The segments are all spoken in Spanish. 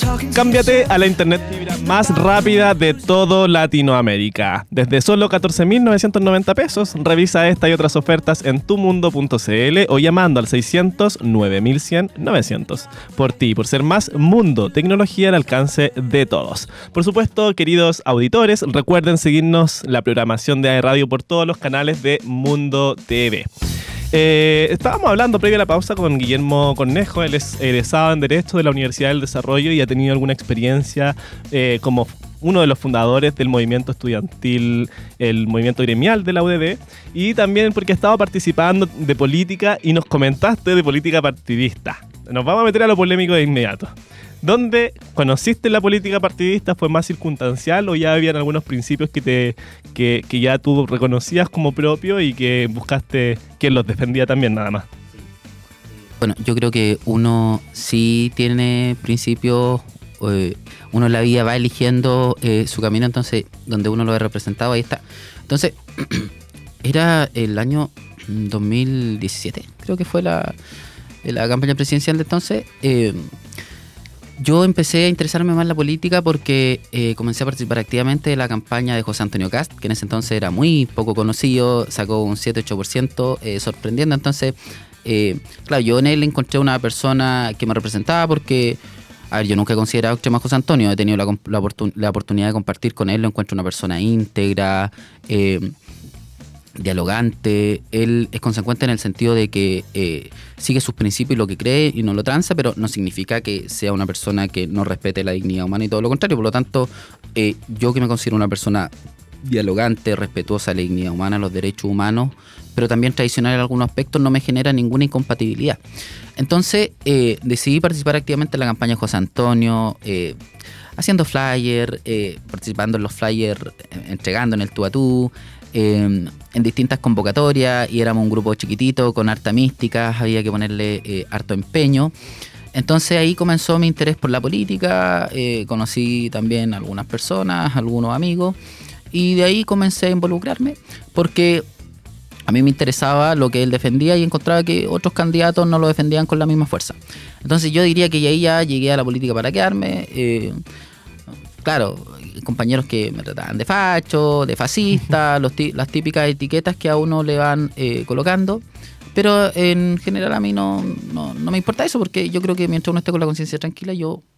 Cámbiate a la internet fibra más rápida de todo Latinoamérica. Desde solo 14.990 pesos, revisa esta y otras ofertas en tumundo.cl o llamando al 600 9100 900. Por ti, por ser más mundo, tecnología al alcance de todos. Por supuesto, queridos auditores, recuerden seguirnos la programación de Radio por todos los canales de Mundo TV. Estábamos hablando previo a la pausa con Guillermo Cornejo. Él es egresado en Derecho de la Universidad del Desarrollo y ha tenido alguna experiencia como uno de los fundadores del movimiento estudiantil, el movimiento gremial de la UDD, y también porque ha estado participando de política y nos comentaste de política partidista. Nos vamos a meter a lo polémico de inmediato. ¿Dónde conociste la política partidista? ¿Fue más circunstancial o ya habían algunos principios que ya tú reconocías como propio y que buscaste quien los defendía también, nada más? Bueno, yo creo que uno sí tiene principios, uno en la vida va eligiendo su camino, entonces donde uno lo ha representado, ahí está. Entonces, era el año 2017, creo que fue la campaña presidencial de entonces. Yo empecé a interesarme más en la política porque comencé a participar activamente de la campaña de José Antonio Cast, que en ese entonces era muy poco conocido, sacó un 7-8%, sorprendiendo. Entonces, claro, yo en él encontré una persona que me representaba porque, a ver, yo nunca he considerado extremo a José Antonio, he tenido la oportunidad de compartir con él, lo encuentro una persona íntegra, dialogante. Él es consecuente en el sentido de que sigue sus principios y lo que cree y no lo tranza, pero no significa que sea una persona que no respete la dignidad humana y todo lo contrario. Por lo tanto, yo que me considero una persona dialogante, respetuosa de la dignidad humana, los derechos humanos, pero también tradicional en algunos aspectos, no me genera ninguna incompatibilidad. Entonces decidí participar activamente en la campaña de José Antonio, haciendo flyers, participando en los flyers, entregando en el tú a tú, en distintas convocatorias, y éramos un grupo chiquitito con harta mística, había que ponerle harto empeño. Entonces ahí comenzó mi interés por la política, conocí también algunas personas, algunos amigos, y de ahí comencé a involucrarme porque a mí me interesaba lo que él defendía y encontraba que otros candidatos no lo defendían con la misma fuerza. Entonces yo diría que ahí ya llegué a la política para quedarme. Claro, compañeros que me trataban de facho, de fascista, las típicas etiquetas que a uno le van colocando, pero en general a mí no me importa eso, porque yo creo que mientras uno esté con la conciencia tranquila,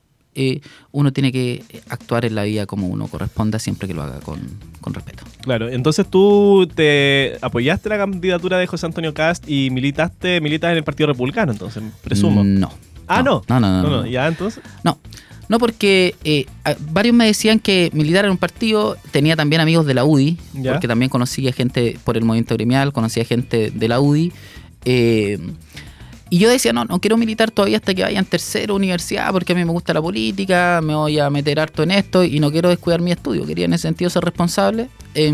uno tiene que actuar en la vida como uno corresponda, siempre que lo haga con respeto. Claro, entonces tú te apoyaste la candidatura de José Antonio Cast y militas en el Partido Republicano, entonces, presumo. No. No. ¿Ya entonces? No, porque varios me decían que militar en un partido, tenía también amigos de la UDI, ¿ya? Porque también conocía gente por el movimiento gremial, conocía gente de la UDI, y yo decía, no quiero militar todavía hasta que vaya en tercero universidad, porque a mí me gusta la política, me voy a meter harto en esto y no quiero descuidar mi estudio, quería en ese sentido ser responsable.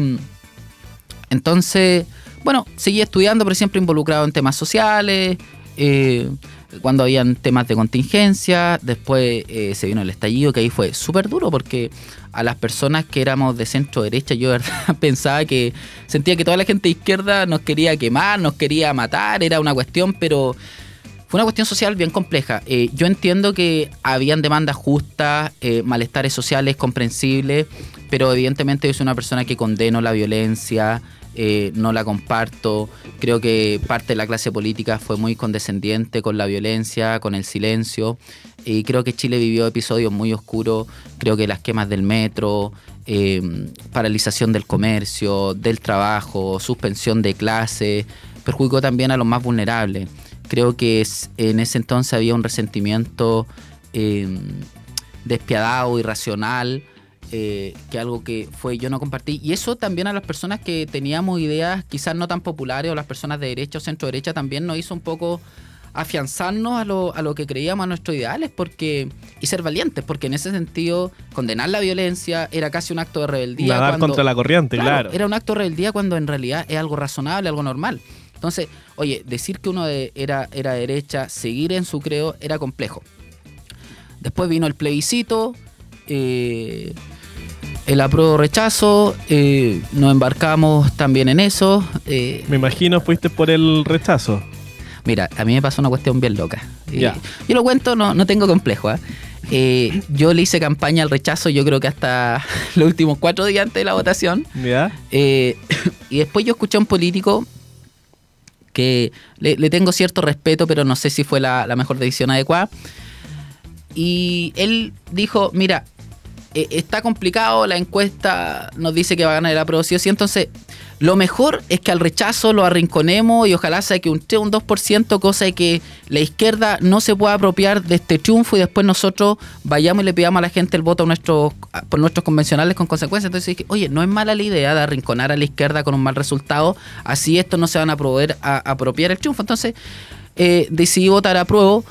Entonces, bueno, seguí estudiando, pero siempre involucrado en temas sociales, cuando habían temas de contingencia. Después se vino el estallido, que ahí fue súper duro, porque a las personas que éramos de centro derecha, yo de verdad sentía que toda la gente de izquierda nos quería quemar, nos quería matar, era una cuestión, pero fue una cuestión social bien compleja. Yo entiendo que habían demandas justas, malestares sociales comprensibles, pero evidentemente yo soy una persona que condeno la violencia, no la comparto. Creo que parte de la clase política fue muy condescendiente con la violencia, con el silencio, y creo que Chile vivió episodios muy oscuros. Creo que las quemas del metro, paralización del comercio, del trabajo, suspensión de clases, perjudicó también a los más vulnerables. Creo que en ese entonces había un resentimiento despiadado, irracional, que algo que yo no compartí, y eso también a las personas que teníamos ideas quizás no tan populares, o las personas de derecha o centro derecha, también nos hizo un poco afianzarnos a lo que creíamos, a nuestros ideales, y ser valientes, porque en ese sentido condenar la violencia era casi un acto de rebeldía, nadar contra la corriente, claro. Era un acto de rebeldía cuando en realidad es algo razonable, algo normal. Entonces, oye, decir que uno era derecha, seguir en su creo, era complejo. Después vino el plebiscito, el apruebo rechazo, nos embarcamos también en eso. Me imagino fuiste por el rechazo. Mira, a mí me pasó una cuestión bien loca. Yo lo cuento, no tengo complejo, Yo le hice campaña al rechazo, yo creo que hasta los últimos 4 días antes de la votación. ¿Ya? Y después yo escuché a un político que le tengo cierto respeto, pero no sé si fue la mejor decisión adecuada. Y él dijo, mira, está complicado, la encuesta nos dice que va a ganar el apruebo sí o sí, entonces lo mejor es que al rechazo lo arrinconemos y ojalá sea que un 3 o un 2%, cosa de que la izquierda no se pueda apropiar de este triunfo y después nosotros vayamos y le pidamos a la gente el voto por nuestros convencionales con consecuencias. Entonces dije, oye, no es mala la idea de arrinconar a la izquierda con un mal resultado, así estos no se van a poder apropiar el triunfo. Entonces decidí votar a apruebo.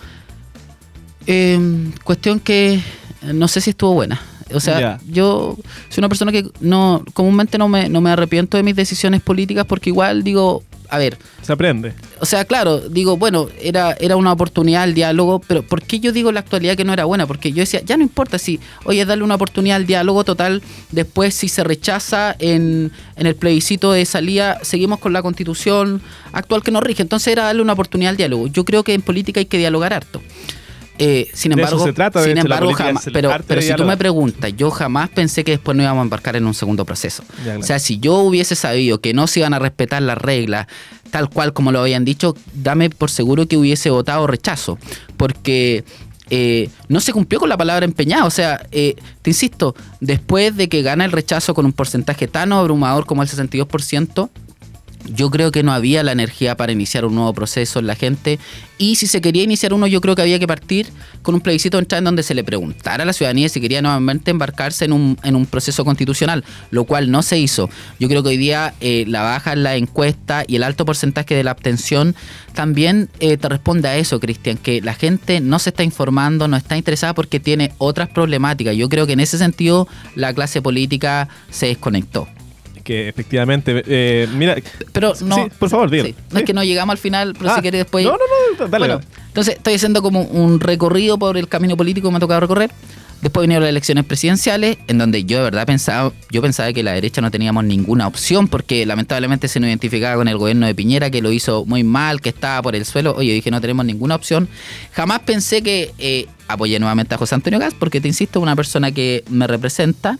Cuestión que no sé si estuvo buena. O sea, yo soy una persona que comúnmente no me arrepiento de mis decisiones políticas porque igual digo, a ver. Se aprende. O sea, claro, digo, bueno, era una oportunidad al diálogo, pero ¿por qué yo digo en la actualidad que no era buena? Porque yo decía, ya no importa si, oye, darle una oportunidad al diálogo, total, después si se rechaza en el plebiscito de salida, seguimos con la constitución actual que nos rige. Entonces era darle una oportunidad al diálogo. Yo creo que en política hay que dialogar harto. Sin embargo, eso se trata, jamás, pero si tú me preguntas, yo jamás pensé que después nos íbamos a embarcar en un segundo proceso. Ya, claro. O sea, si yo hubiese sabido que no se iban a respetar las reglas tal cual como lo habían dicho, dame por seguro que hubiese votado rechazo, porque no se cumplió con la palabra empeñada. O sea, te insisto, después de que gana el rechazo con un porcentaje tan abrumador como el 62%, yo creo que no había la energía para iniciar un nuevo proceso en la gente, y si se quería iniciar uno, yo creo que había que partir con un plebiscito de entrada en donde se le preguntara a la ciudadanía si quería nuevamente embarcarse en un proceso constitucional, lo cual no se hizo. Yo creo que hoy día la baja en la encuesta y el alto porcentaje de la abstención también te responde a eso, Cristian, que la gente no se está informando, no está interesada porque tiene otras problemáticas. Yo creo que en ese sentido la clase política se desconectó. Que efectivamente, mira, pero no, sí, por favor, dígalo. Sí, no es que no llegamos al final, pero si quieres después. No, dale. Bueno, entonces estoy haciendo como un recorrido por el camino político que me ha tocado recorrer. Después vinieron las elecciones presidenciales, en donde yo de verdad pensaba que la derecha no teníamos ninguna opción, porque lamentablemente se nos identificaba con el gobierno de Piñera, que lo hizo muy mal, que estaba por el suelo. Oye, dije, no tenemos ninguna opción. Jamás pensé que apoyé nuevamente a José Antonio Kast, porque te insisto, es una persona que me representa.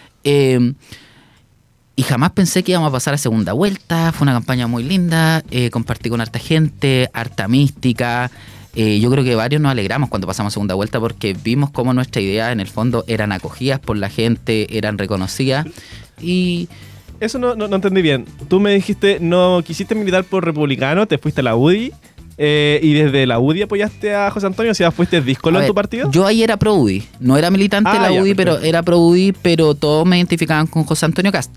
Y jamás pensé que íbamos a pasar a segunda vuelta. Fue una campaña muy linda, compartí con harta gente, harta mística. Yo creo que varios nos alegramos cuando pasamos a segunda vuelta porque vimos cómo nuestras ideas en el fondo eran acogidas por la gente, eran reconocidas. Y eso no entendí bien. Tú me dijiste, no quisiste militar por republicano, te fuiste a la UDI. Y desde la UDI apoyaste a José Antonio, o sea, ¿fuiste díscolo en tu partido? Yo ahí era pro UDI, no era militante de la UDI, pero era pro UDI, pero todos me identificaban con José Antonio Kast.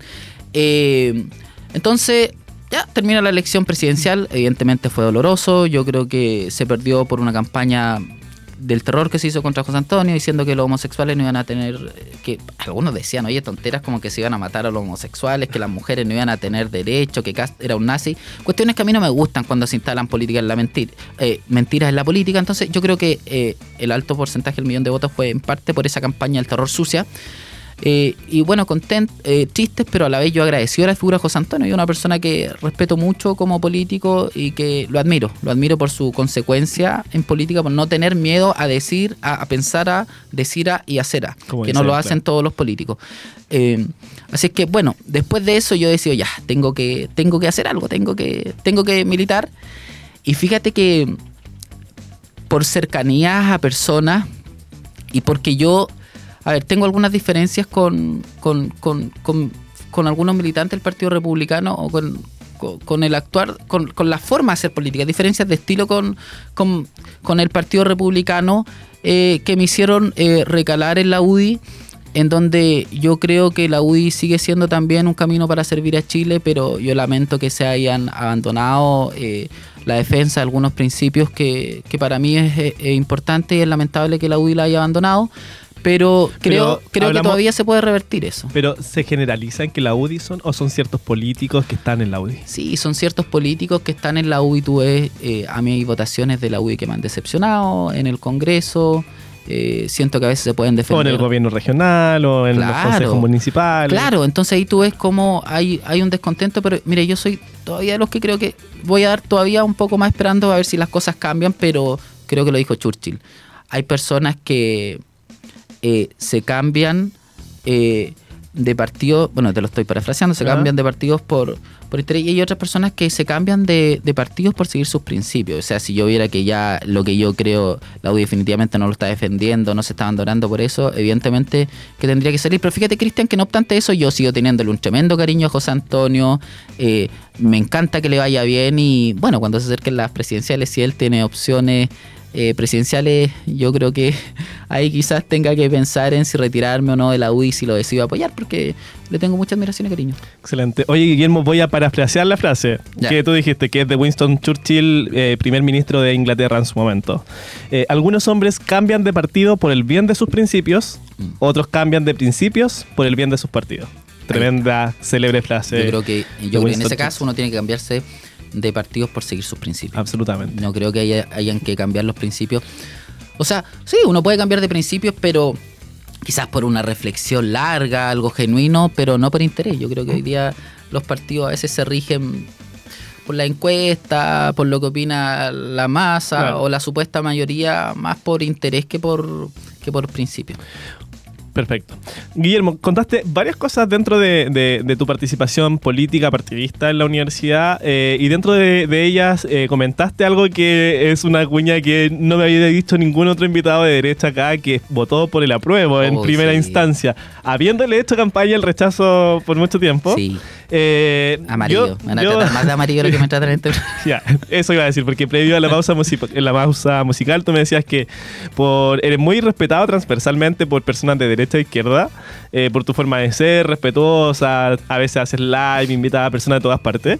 Entonces, ya termina la elección presidencial, evidentemente fue doloroso, yo creo que se perdió por una campaña del terror que se hizo contra José Antonio, diciendo que los homosexuales no iban a tener, que algunos decían, oye, tonteras como que se iban a matar a los homosexuales, que las mujeres no iban a tener derecho, que Kast era un nazi, cuestiones que a mí no me gustan cuando se instalan políticas en la mentiras en la política. Entonces yo creo que el alto porcentaje, el 1.000.000 de votos, fue en parte por esa campaña del terror sucia. Y bueno, tristes, pero a la vez yo agradecido a la figura de José Antonio. Y una persona que respeto mucho como político y que lo admiro por su consecuencia en política, por no tener miedo a decir, a pensar, a decir y hacer que no lo hacen todos los políticos. Así es que bueno, después de eso yo decido, ya, tengo que hacer algo, tengo que militar. Y fíjate que por cercanías a personas y porque yo, a ver, tengo algunas diferencias con algunos militantes del Partido Republicano o con el actuar, con la forma de hacer política, diferencias de estilo con el Partido Republicano que me hicieron recalar en la UDI, en donde yo creo que la UDI sigue siendo también un camino para servir a Chile, pero yo lamento que se hayan abandonado la defensa de algunos principios que para mí es importante, y es lamentable que la UDI la haya abandonado. Pero creo que todavía se puede revertir eso. ¿Pero se generaliza en que la UDI son ciertos políticos que están en la UDI? Sí, son ciertos políticos que están en la UDI. Tú ves, a mí hay votaciones de la UDI que me han decepcionado en el Congreso. Siento que a veces se pueden defender. O en el gobierno regional, o en los consejos municipales. Claro, entonces ahí tú ves cómo hay un descontento, pero mire, yo soy todavía de los que creo que voy a dar todavía un poco más esperando a ver si las cosas cambian, pero creo que lo dijo Churchill. Hay personas que se cambian de partidos, bueno, te lo estoy parafraseando, se cambian de partidos por interés, y hay otras personas que se cambian de partidos por seguir sus principios. O sea, si yo viera que ya lo que yo creo, la UDI definitivamente no lo está defendiendo, no se está abandonando por eso, evidentemente que tendría que salir. Pero fíjate, Cristian, que no obstante eso, yo sigo teniéndole un tremendo cariño a José Antonio, me encanta que le vaya bien, y bueno, cuando se acerquen las presidenciales, si él tiene opciones presidenciales, yo creo que ahí quizás tenga que pensar en si retirarme o no de la UDI, si lo decido apoyar, porque le tengo mucha admiración y cariño. Excelente. Oye, Guillermo, voy a parafrasear la frase que tú dijiste, que es de Winston Churchill, primer ministro de Inglaterra en su momento. Algunos hombres cambian de partido por el bien de sus principios, otros cambian de principios por el bien de sus partidos. Tremenda, célebre frase. Yo creo que en ese caso uno tiene que cambiarse de partidos por seguir sus principios. Absolutamente. No creo que hayan que cambiar los principios. O sea, sí, uno puede cambiar de principios, pero quizás por una reflexión larga, algo genuino, pero no por interés. Yo creo que hoy día los partidos a veces se rigen por la encuesta, por lo que opina la masa, claro, o la supuesta mayoría, más por interés que por principio. Perfecto. Guillermo, contaste varias cosas dentro de tu participación política partidista en la universidad, y dentro de ellas comentaste algo que es una cuña que no me había dicho ningún otro invitado de derecha acá, que votó por el apruebo en primera instancia, habiéndole hecho campaña el rechazo por mucho tiempo. Sí. Amarillo. Me van a tratar más de amarillo lo que me tratan en este. Ya, eso iba a decir, porque previo a la pausa musical tú me decías que eres muy respetado transversalmente por personas de derecha e izquierda, por tu forma de ser, respetuosa, a veces haces live, invitas a personas de todas partes,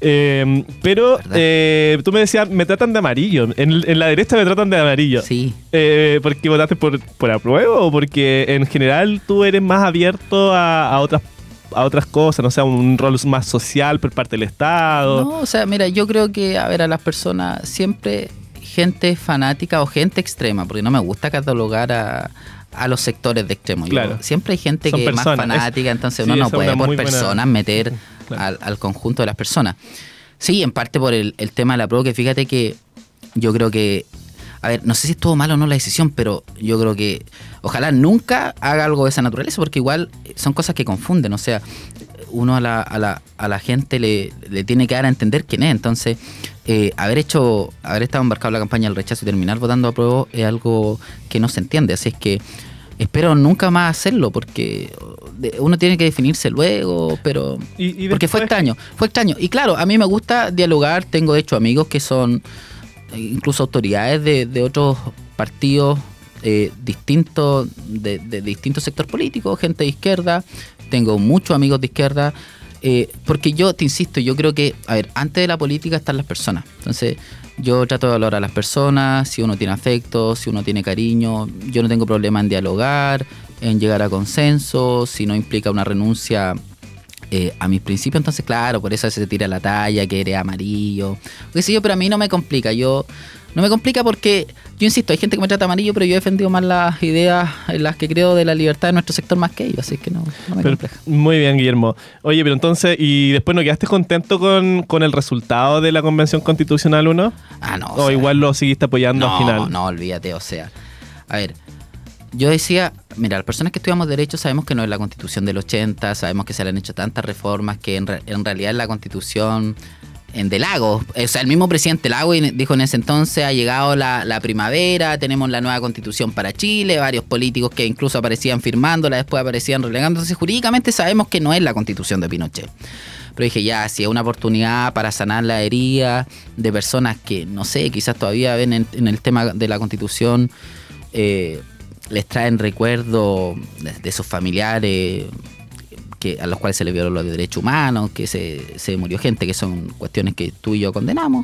pero tú me decías, me tratan de amarillo, en la derecha me tratan de amarillo. Sí. ¿Porque votaste por apruebo o porque en general tú eres más abierto a otras cosas, no sé, un rol más social por parte del Estado? No, o sea, mira, yo creo que, a ver, a las personas siempre, gente fanática o gente extrema, porque no me gusta catalogar a los sectores de extremo. Claro. Siempre hay gente que es más fanática, entonces uno no puede por personas meter al conjunto de las personas. Sí, en parte por el tema de la prueba, que fíjate que yo creo que, a ver, no sé si estuvo mal o no la decisión, pero yo creo que ojalá nunca haga algo de esa naturaleza, porque igual son cosas que confunden. O sea, uno a la gente le tiene que dar a entender quién es. Entonces, haber estado embarcado en la campaña del rechazo y terminar votando a prueba es algo que no se entiende. Así es que espero nunca más hacerlo, porque uno tiene que definirse luego, pero porque fue extraño. Y claro, a mí me gusta dialogar. Tengo de hecho amigos que son incluso autoridades de otros partidos distintos, de distintos sectores políticos, gente de izquierda. Tengo muchos amigos de izquierda, porque yo te insisto, yo creo que, a ver, antes de la política están las personas. Entonces yo trato de valorar a las personas, si uno tiene afecto, si uno tiene cariño. Yo no tengo problema en dialogar, en llegar a consenso, si no implica una renuncia a mis principios. Entonces, claro, por eso se tira la talla, que eres amarillo, qué sé yo, pero a mí no me complica. No me complica porque, yo insisto, hay gente que me trata amarillo, pero yo he defendido más las ideas en las que creo de la libertad de nuestro sector más que ellos, así que no me compleja. Muy bien, Guillermo. Oye, pero entonces, ¿y después no quedaste contento con el resultado de la Convención Constitucional 1? No. ¿O igual lo seguiste apoyando al final? No, olvídate, o sea, a ver, yo decía, mira, las personas que estudiamos Derecho sabemos que no es la Constitución del 80, sabemos que se le han hecho tantas reformas que en realidad la Constitución de Lagos, o sea, el mismo presidente Lagos dijo en ese entonces, ha llegado la primavera, tenemos la nueva Constitución para Chile, varios políticos que incluso aparecían firmándola, después aparecían relegando. Entonces, jurídicamente sabemos que no es la Constitución de Pinochet. Pero dije, ya, si es una oportunidad para sanar la herida de personas que, no sé, quizás todavía ven en el tema de la Constitución, les traen recuerdos de sus familiares a los cuales se les violó los derechos humanos, que se murió gente, que son cuestiones que tú y yo condenamos.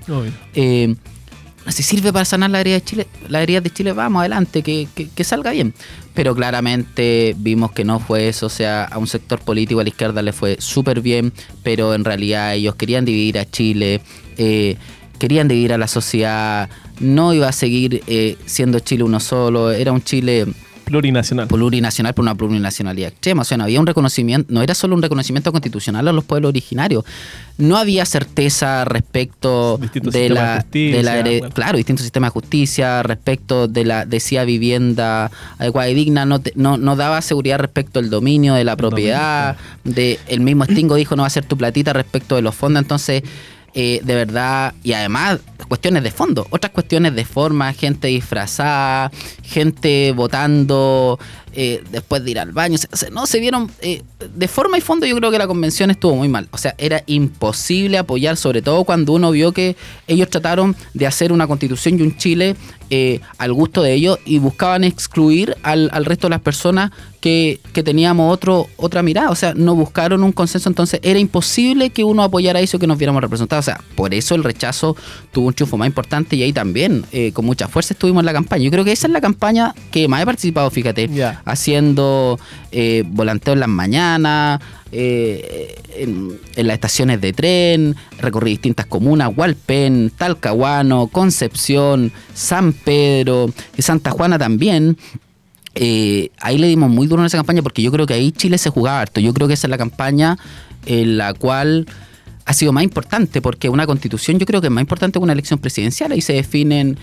Si sirve para sanar la herida de Chile, vamos adelante, que salga bien. Pero claramente vimos que no fue eso. O sea, a un sector político, a la izquierda, le fue súper bien, pero en realidad ellos querían dividir a Chile, querían dividir a la sociedad. No iba a seguir siendo Chile uno solo. Era un Chile Plurinacional. Plurinacional por una plurinacionalidad extrema. O sea, no había un reconocimiento, no era solo un reconocimiento constitucional a los pueblos originarios. No había certeza respecto Distintos de sistemas la, de justicia, de la bueno. claro, distintos sistemas de justicia, respecto de si hay vivienda adecuada y digna, no daba seguridad respecto al dominio de la propiedad, de el mismo Stingo dijo no va a ser tu platita respecto de los fondos, entonces de verdad, y además cuestiones de fondo, otras cuestiones de forma, gente disfrazada, gente votando después de ir al baño, no se vieron de forma y fondo. Yo creo que la convención estuvo muy mal, o sea, era imposible apoyar, sobre todo cuando uno vio que ellos trataron de hacer una constitución y un Chile al gusto de ellos y buscaban excluir al resto de las personas que teníamos otra mirada, o sea, no buscaron un consenso, entonces era imposible que uno apoyara eso, que nos viéramos representados, o sea, por eso el rechazo tuvo un triunfo más importante y ahí también con mucha fuerza estuvimos en la campaña. Yo creo que esa es la campaña que más he participado, fíjate, haciendo volanteo en las mañanas, en las estaciones de tren, recorrí distintas comunas, Hualpén, Talcahuano, Concepción, San Pedro, Santa Juana también. Ahí le dimos muy duro en esa campaña porque yo creo que ahí Chile se jugaba harto. Yo creo que esa es la campaña en la cual ha sido más importante, porque una constitución yo creo que es más importante que una elección presidencial. Ahí se definen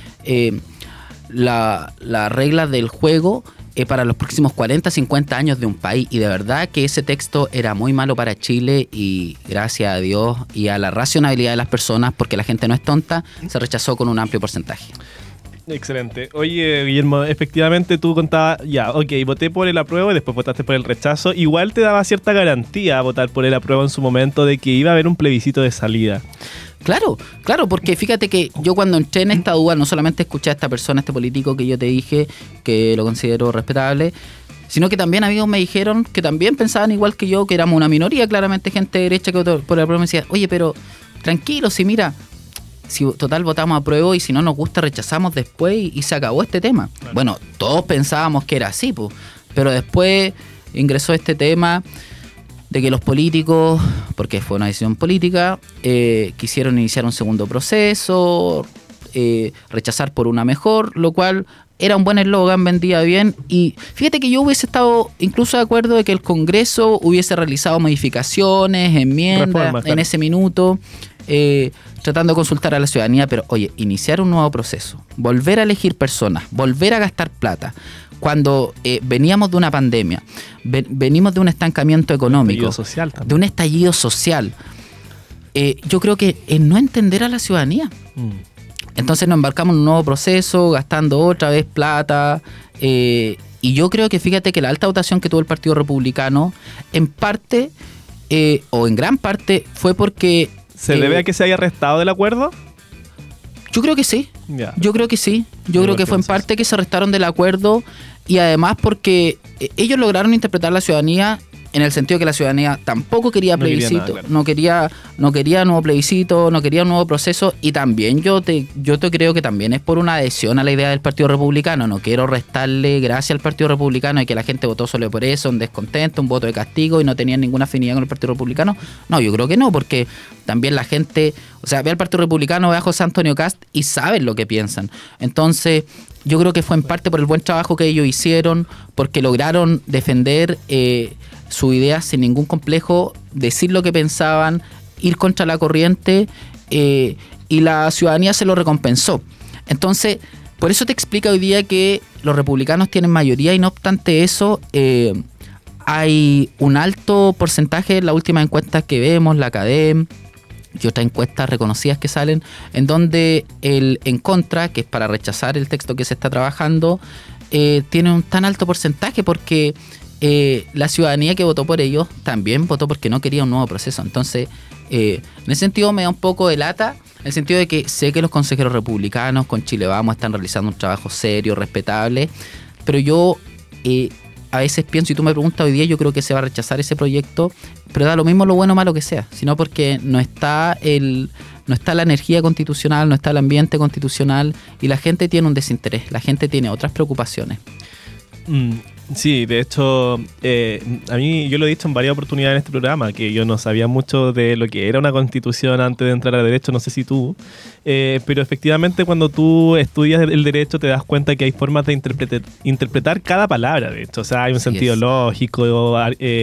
las reglas del juego para los próximos 40, 50 años de un país, y de verdad que ese texto era muy malo para Chile y gracias a Dios y a la racionalidad de las personas, porque la gente no es tonta, se rechazó con un amplio porcentaje. Excelente. Oye, Guillermo, efectivamente tú contabas, voté por el apruebo y después votaste por el rechazo. Igual te daba cierta garantía votar por el apruebo en su momento de que iba a haber un plebiscito de salida. Claro, porque fíjate que yo cuando entré en esta duda no solamente escuché a esta persona, a este político que yo te dije que lo considero respetable, sino que también amigos me dijeron que también pensaban igual que yo, que éramos una minoría, claramente gente de derecha que votó por el apruebo, me decía, oye, pero tranquilo, si mira, si total votamos a prueba y si no nos gusta rechazamos después y se acabó este tema. Claro. Bueno, todos pensábamos que era así, pues, pero después ingresó este tema de que los políticos, porque fue una decisión política, quisieron iniciar un segundo proceso, rechazar por una mejor, lo cual era un buen eslogan, vendía bien, y fíjate que yo hubiese estado incluso de acuerdo de que el Congreso hubiese realizado modificaciones, enmiendas, reformas, claro, en ese minuto, tratando de consultar a la ciudadanía, pero oye, iniciar un nuevo proceso, volver a elegir personas, volver a gastar plata, cuando veníamos de una pandemia, venimos de un estancamiento económico, de un estallido social, yo creo que es no entender a la ciudadanía. Entonces nos embarcamos en un nuevo proceso, gastando otra vez plata, y yo creo que fíjate que la alta votación que tuvo el Partido Republicano, en parte, o en gran parte, fue porque... ¿Se debe a que se haya restado del acuerdo? Yo creo que sí. Yo creo que sí. Yo creo que fue en parte que se restaron del acuerdo, y además porque ellos lograron interpretar la ciudadanía en el sentido que la ciudadanía tampoco quería plebiscito, no quería nuevo plebiscito, no quería un nuevo proceso, y también yo te creo que también es por una adhesión a la idea del Partido Republicano. No quiero restarle gracia al Partido Republicano y que la gente votó solo por eso, un descontento, un voto de castigo y no tenían ninguna afinidad con el Partido Republicano. No, yo creo que no, porque también la gente, o sea, ve al Partido Republicano, ve a José Antonio Kast y saben lo que piensan. Entonces, yo creo que fue en parte por el buen trabajo que ellos hicieron, porque lograron defender su idea sin ningún complejo, decir lo que pensaban, ir contra la corriente, y la ciudadanía se lo recompensó. Entonces, por eso te explica hoy día que los republicanos tienen mayoría, y no obstante eso, hay un alto porcentaje en las últimas encuestas que vemos, la CADEM y otras encuestas reconocidas que salen, en donde el en contra, que es para rechazar el texto que se está trabajando, tiene un tan alto porcentaje porque la ciudadanía que votó por ellos también votó porque no quería un nuevo proceso. Entonces, en ese sentido me da un poco de lata, en el sentido de que sé que los consejeros republicanos con Chile Vamos están realizando un trabajo serio, respetable, pero yo a veces pienso, y tú me preguntas hoy día, yo creo que se va a rechazar ese proyecto, pero da lo mismo lo bueno o malo que sea, sino porque no está la energía constitucional, no está el ambiente constitucional, y la gente tiene un desinterés, la gente tiene otras preocupaciones. Sí, de hecho, a mí yo lo he dicho en varias oportunidades en este programa, que yo no sabía mucho de lo que era una constitución antes de entrar a derecho, no sé si tú, pero efectivamente cuando tú estudias el derecho te das cuenta que hay formas de interpretar cada palabra, de hecho, o sea, hay un sentido lógico,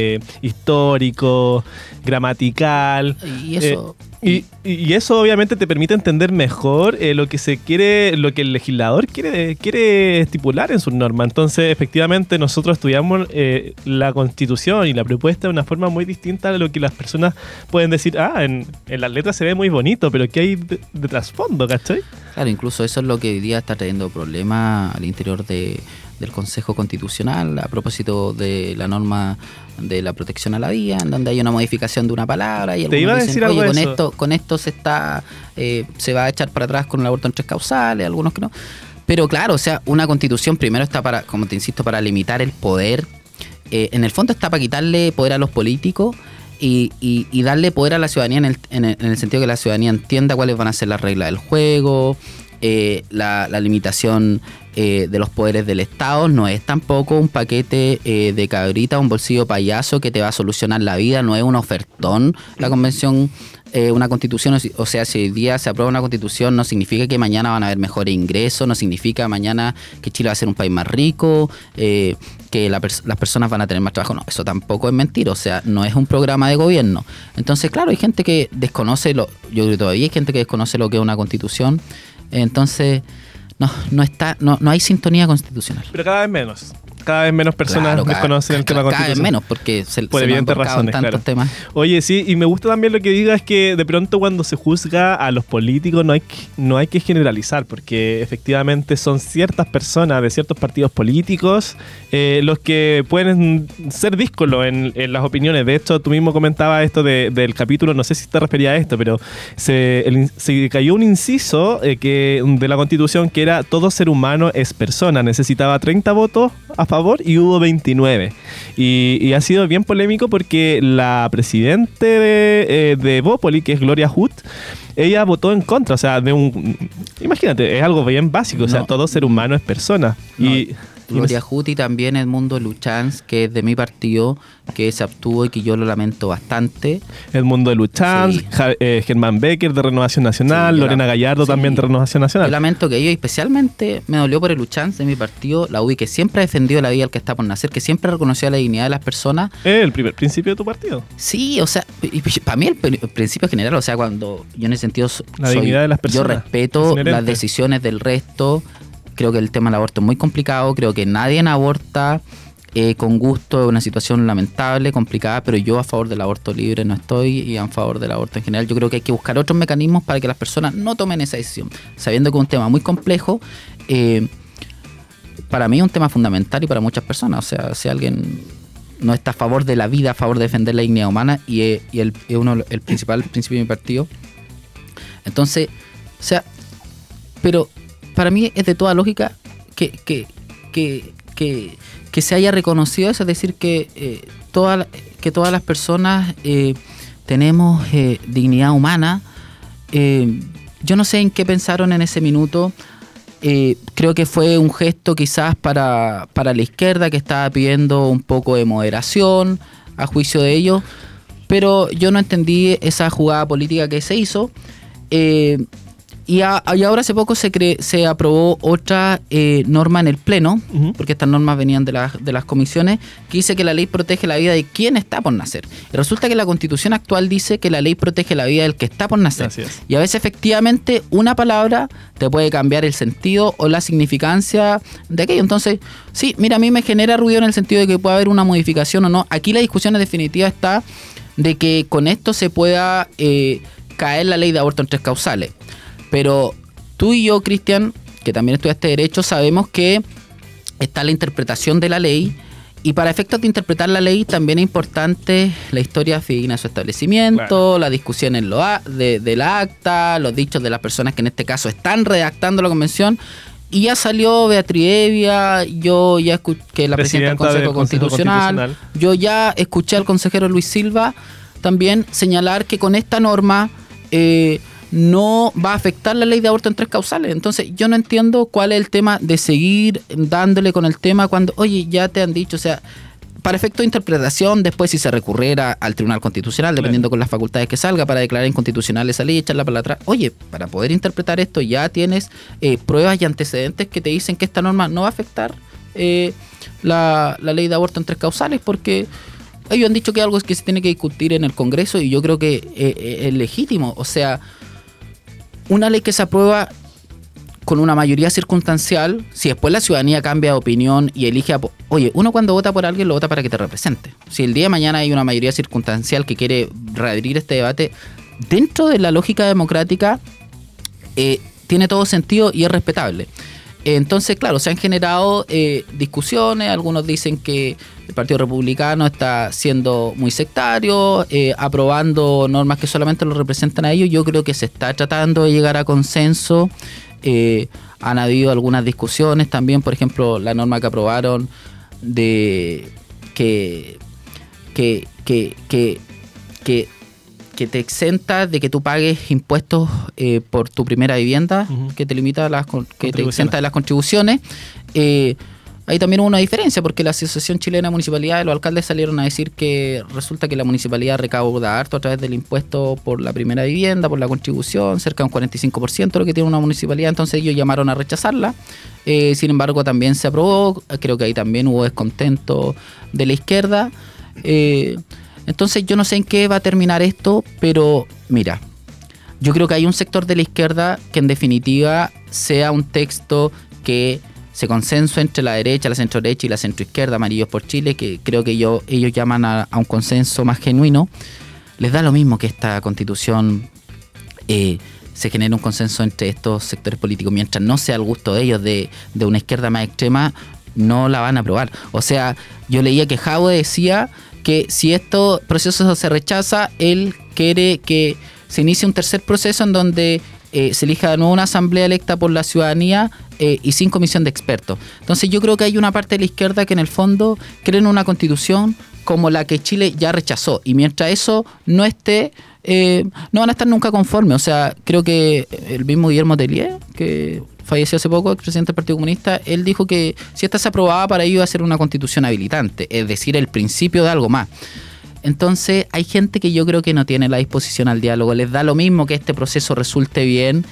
histórico, gramatical. Y eso... Y eso obviamente te permite entender mejor lo que se quiere, lo que el legislador quiere estipular en sus normas. Entonces, efectivamente, nosotros estudiamos la Constitución y la propuesta de una forma muy distinta a lo que las personas pueden decir. En las letras se ve muy bonito, pero ¿qué hay de trasfondo, cachai? Claro, incluso eso es lo que hoy día está trayendo problemas al interior del Consejo Constitucional a propósito de la norma de la protección a la vida, en donde hay una modificación de una palabra y algunos dicen, oye, con esto se va a echar para atrás con el aborto en 3 causales, algunos que no. Pero claro, o sea, una constitución primero está para, como te insisto, para limitar el poder. En el fondo está para quitarle poder a los políticos y darle poder a la ciudadanía en el sentido que la ciudadanía entienda cuáles van a ser las reglas del juego. La limitación de los poderes del Estado no es tampoco un paquete de cabrita, un bolsillo payaso que te va a solucionar la vida, no es un ofertón la convención, una constitución. O sea, si hoy día se aprueba una constitución no significa que mañana van a haber mejores ingresos, no significa mañana que Chile va a ser un país más rico, que las personas van a tener más trabajo. No, eso tampoco es mentira, o sea, no es un programa de gobierno. Entonces, claro, hay gente que desconoce, yo creo que todavía hay gente que desconoce lo que es una constitución. Entonces, no hay sintonía constitucional. Pero cada vez menos personas desconocen el tema constitucional. Cada vez menos, porque por evidentes razones, tantos temas. Oye, sí, y me gusta también lo que digas, que de pronto cuando se juzga a los políticos no hay que generalizar, porque efectivamente son ciertas personas de ciertos partidos políticos los que pueden ser díscolos en las opiniones. De hecho, tú mismo comentabas esto del capítulo, no sé si te refería a esto, pero se cayó un inciso de la Constitución que era: todo ser humano es persona. Necesitaba 30 votos a favor y hubo 29. Y ha sido bien polémico porque la presidente de Bópoli, que es Gloria Hood, ella votó en contra, o sea, imagínate, es algo bien básico, o sea, todo ser humano es persona. Gloria Hood y también Edmundo Luchans, que es de mi partido, que se abstuvo y que yo lo lamento bastante. Edmundo Luchans, sí. Germán Becker de Renovación Nacional, sí, Lorena Gallardo también de Renovación Nacional. Yo lamento que ellos, especialmente me dolió por el Luchans de mi partido, la UDI, que siempre ha defendido la vida del que está por nacer, que siempre reconoció la dignidad de las personas. El primer principio de tu partido. Sí, o sea, y para mí el principio general, o sea, cuando yo en ese sentido dignidad de las personas, yo respeto las decisiones del resto. Creo que el tema del aborto es muy complicado, creo que nadie aborta con gusto, es una situación lamentable, complicada, pero yo a favor del aborto libre no estoy, y a favor del aborto en general. Yo creo que hay que buscar otros mecanismos para que las personas no tomen esa decisión, sabiendo que es un tema muy complejo. Para mí es un tema fundamental y para muchas personas. O sea, si alguien no está a favor de la vida, a favor de defender la dignidad humana, y el principal principio de mi partido, entonces, o sea, pero para mí es de toda lógica que se haya reconocido eso, es decir, que todas las personas tenemos dignidad humana. Yo no sé en qué pensaron en ese minuto. Creo que fue un gesto quizás para la izquierda, que estaba pidiendo un poco de moderación a juicio de ellos, pero yo no entendí esa jugada política que se hizo. Y ahora hace poco se aprobó otra norma en el Pleno, porque estas normas venían de las comisiones, que dice que la ley protege la vida de quien está por nacer. Y resulta que la Constitución actual dice que la ley protege la vida del que está por nacer. Así es. Y a veces efectivamente una palabra te puede cambiar el sentido o la significancia de aquello. Entonces, sí, mira, a mí me genera ruido en el sentido de que pueda haber una modificación o no. Aquí la discusión en definitiva está de que con esto se pueda caer la ley de aborto en 3 causales. Pero tú y yo, Cristian, que también estudiaste Derecho, sabemos que está la interpretación de la ley, y para efectos de interpretar la ley también es importante la historia fidedigna de su establecimiento, claro, la discusión de la acta, los dichos de las personas que en este caso están redactando la convención. Y ya salió Beatriz Evia, yo ya escuché la presidenta del Consejo Constitucional, yo ya escuché al consejero Luis Silva también señalar que con esta norma no va a afectar la ley de aborto en 3 causales. Entonces yo no entiendo cuál es el tema de seguir dándole con el tema cuando, oye, ya te han dicho, o sea, para efecto de interpretación, después si se recurriera al Tribunal Constitucional, dependiendo con las facultades que salga, para declarar inconstitucional esa ley y echarla para atrás. Oye, para poder interpretar esto ya tienes pruebas y antecedentes que te dicen que esta norma no va a afectar la ley de aborto en 3 causales, porque ellos han dicho que algo es que se tiene que discutir en el Congreso y yo creo que es legítimo. O sea, una ley que se aprueba con una mayoría circunstancial, si después la ciudadanía cambia de opinión y elige oye, uno cuando vota por alguien lo vota para que te represente. Si el día de mañana hay una mayoría circunstancial que quiere reabrir este debate, dentro de la lógica democrática tiene todo sentido y es respetable. Entonces, claro, se han generado discusiones, algunos dicen que el Partido Republicano está siendo muy sectario, aprobando normas que solamente lo representan a ellos. Yo creo que se está tratando de llegar a consenso. Han habido algunas discusiones también, por ejemplo, la norma que aprobaron de que te exenta de que tú pagues impuestos por tu primera vivienda, que te limita que te exenta de las contribuciones. Ahí también hubo una diferencia, porque la Asociación Chilena de Municipalidades, los alcaldes salieron a decir que resulta que la municipalidad recauda harto a través del impuesto por la primera vivienda, por la contribución, cerca de un 45% de lo que tiene una municipalidad, entonces ellos llamaron a rechazarla. Sin embargo, también se aprobó, creo que ahí también hubo descontento de la izquierda. Entonces yo no sé en qué va a terminar esto, pero mira, yo creo que hay un sector de la izquierda que en definitiva sea un texto que se consenso entre la derecha, la centro-derecha y la centro-izquierda, Amarillos por Chile, que creo que ellos llaman a un consenso más genuino. Les da lo mismo que esta constitución se genere un consenso entre estos sectores políticos. Mientras no sea al gusto de ellos, de una izquierda más extrema, no la van a aprobar. O sea, yo leía que Jadwe decía que si estos procesos se rechaza, él quiere que se inicie un tercer proceso en donde se elija de nuevo una asamblea electa por la ciudadanía y sin comisión de expertos. Entonces yo creo que hay una parte de la izquierda que en el fondo creen una constitución como la que Chile ya rechazó, y mientras eso no esté, no van a estar nunca conformes. O sea, creo que el mismo Guillermo Tellier, que falleció hace poco, el presidente del Partido Comunista, él dijo que si esta se aprobaba, para ello iba a ser una constitución habilitante, es decir, el principio de algo más. Entonces hay gente que yo creo que no tiene la disposición al diálogo, les da lo mismo que este proceso resulte bien,